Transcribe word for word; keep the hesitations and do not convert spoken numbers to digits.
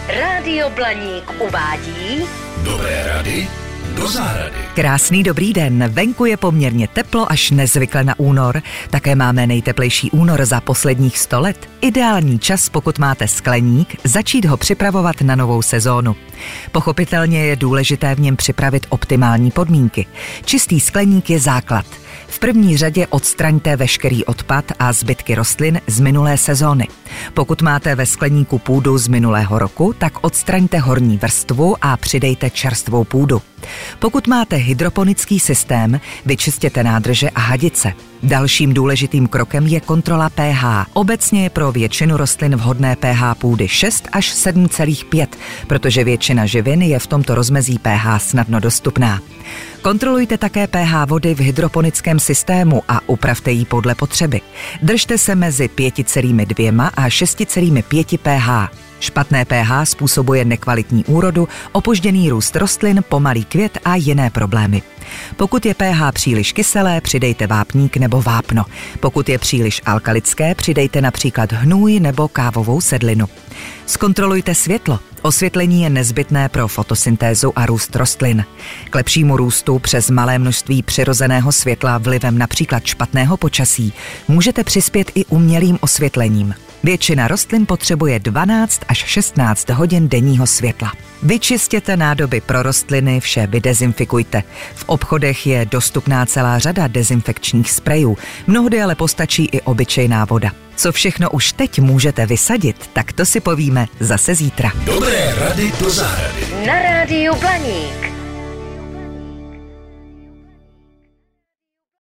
Rádio Blaník uvádí Dobré rady do zahrady. Krásný dobrý den, venku je poměrně teplo až nezvykle na únor. Také máme nejteplejší únor za posledních sto let. Ideální čas, pokud máte skleník, začít ho připravovat na novou sezónu. Pochopitelně je důležité v něm připravit optimální podmínky. Čistý skleník je základ. V první řadě odstraňte veškerý odpad a zbytky rostlin z minulé sezóny. Pokud máte ve skleníku půdu z minulého roku, tak odstraňte horní vrstvu a přidejte čerstvou půdu. Pokud máte hydroponický systém, vyčistěte nádrže a hadice. Dalším důležitým krokem je kontrola pH. Obecně je pro většinu rostlin vhodné pH půdy šest až sedm celá pět, protože většina živin je v tomto rozmezí pH snadno dostupná. Kontrolujte také pH vody v hydroponickém systému a upravte ji podle potřeby. Držte se mezi pět celá dva a šest celá pět pH. Špatné pH způsobuje nekvalitní úrodu, opožděný růst rostlin, pomalý květ a jiné problémy. Pokud je pH příliš kyselé, přidejte vápník nebo vápno. Pokud je příliš alkalické, přidejte například hnůj nebo kávovou sedlinu. Zkontrolujte světlo. Osvětlení je nezbytné pro fotosyntézu a růst rostlin. K lepšímu růstu přes malé množství přirozeného světla vlivem například špatného počasí můžete přispět i umělým osvětlením. Většina rostlin potřebuje dvanáct až šestnáct hodin denního světla. Vyčistěte nádoby pro rostliny, vše vydezinfikujte. V obchodech je dostupná celá řada dezinfekčních sprejů, mnohdy ale postačí i obyčejná voda. Co všechno už teď můžete vysadit, tak to si povíme zase zítra. Dobré rady do zahrady. na Rádiu Blaník.